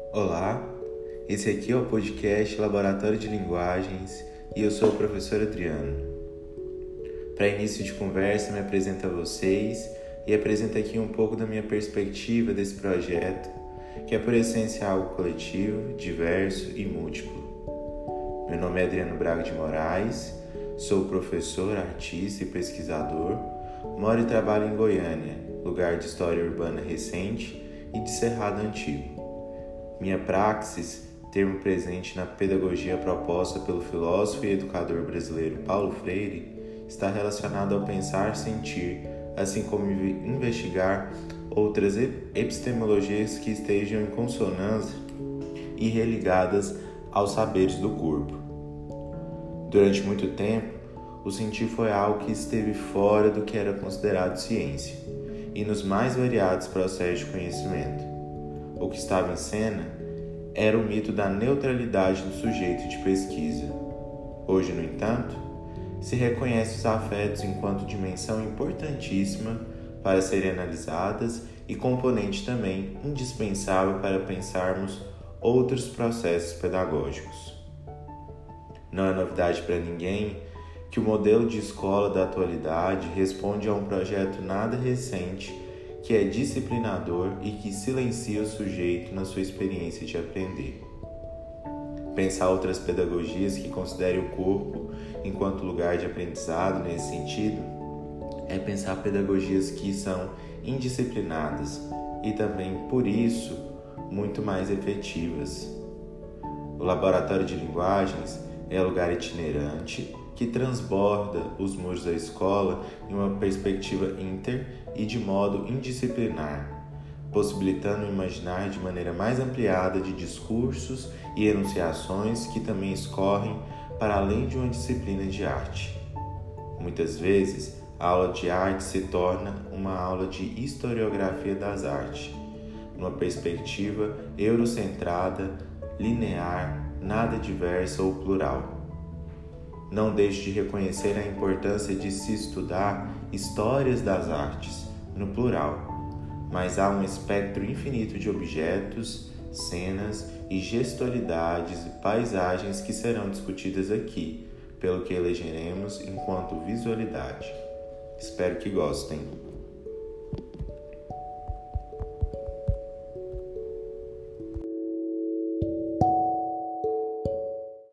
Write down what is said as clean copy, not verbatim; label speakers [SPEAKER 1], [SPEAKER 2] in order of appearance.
[SPEAKER 1] Olá, esse aqui é o podcast Laboratório de Linguagens e eu sou o professor Adriano. Para início de conversa, me apresento a vocês e apresento aqui um pouco da minha perspectiva desse projeto, que é por essência algo coletivo, diverso e múltiplo. Meu nome é Adriano Braga de Moraes, sou professor, artista e pesquisador, moro e trabalho em Goiânia, lugar de história urbana recente e de Cerrado Antigo. Minha praxis, termo presente na pedagogia proposta pelo filósofo e educador brasileiro Paulo Freire, está relacionado ao pensar, sentir, assim como investigar outras epistemologias que estejam em consonância e religadas aos saberes do corpo. Durante muito tempo, o sentir foi algo que esteve fora do que era considerado ciência e nos mais variados processos de conhecimento. O que estava em cena era o mito da neutralidade do sujeito de pesquisa. Hoje, no entanto, se reconhece os afetos enquanto dimensão importantíssima para serem analisadas e componente também indispensável para pensarmos outros processos pedagógicos. Não é novidade para ninguém que o modelo de escola da atualidade responde a um projeto nada recente que é disciplinador e que silencia o sujeito na sua experiência de aprender. Pensar outras pedagogias que considerem o corpo enquanto lugar de aprendizado nesse sentido é pensar pedagogias que são indisciplinadas e também, por isso, muito mais efetivas. O Laboratório de Linguagens é lugar itinerante que transborda os muros da escola em uma perspectiva inter e de modo indisciplinar, possibilitando imaginar de maneira mais ampliada de discursos e enunciações que também escorrem para além de uma disciplina de arte. Muitas vezes, a aula de arte se torna uma aula de historiografia das artes, numa perspectiva eurocentrada, linear, nada diversa ou plural. Não deixe de reconhecer a importância de se estudar histórias das artes, no plural, mas há um espectro infinito de objetos, cenas e gestualidades e paisagens que serão discutidas aqui, pelo que elegeremos enquanto visualidade. Espero que gostem.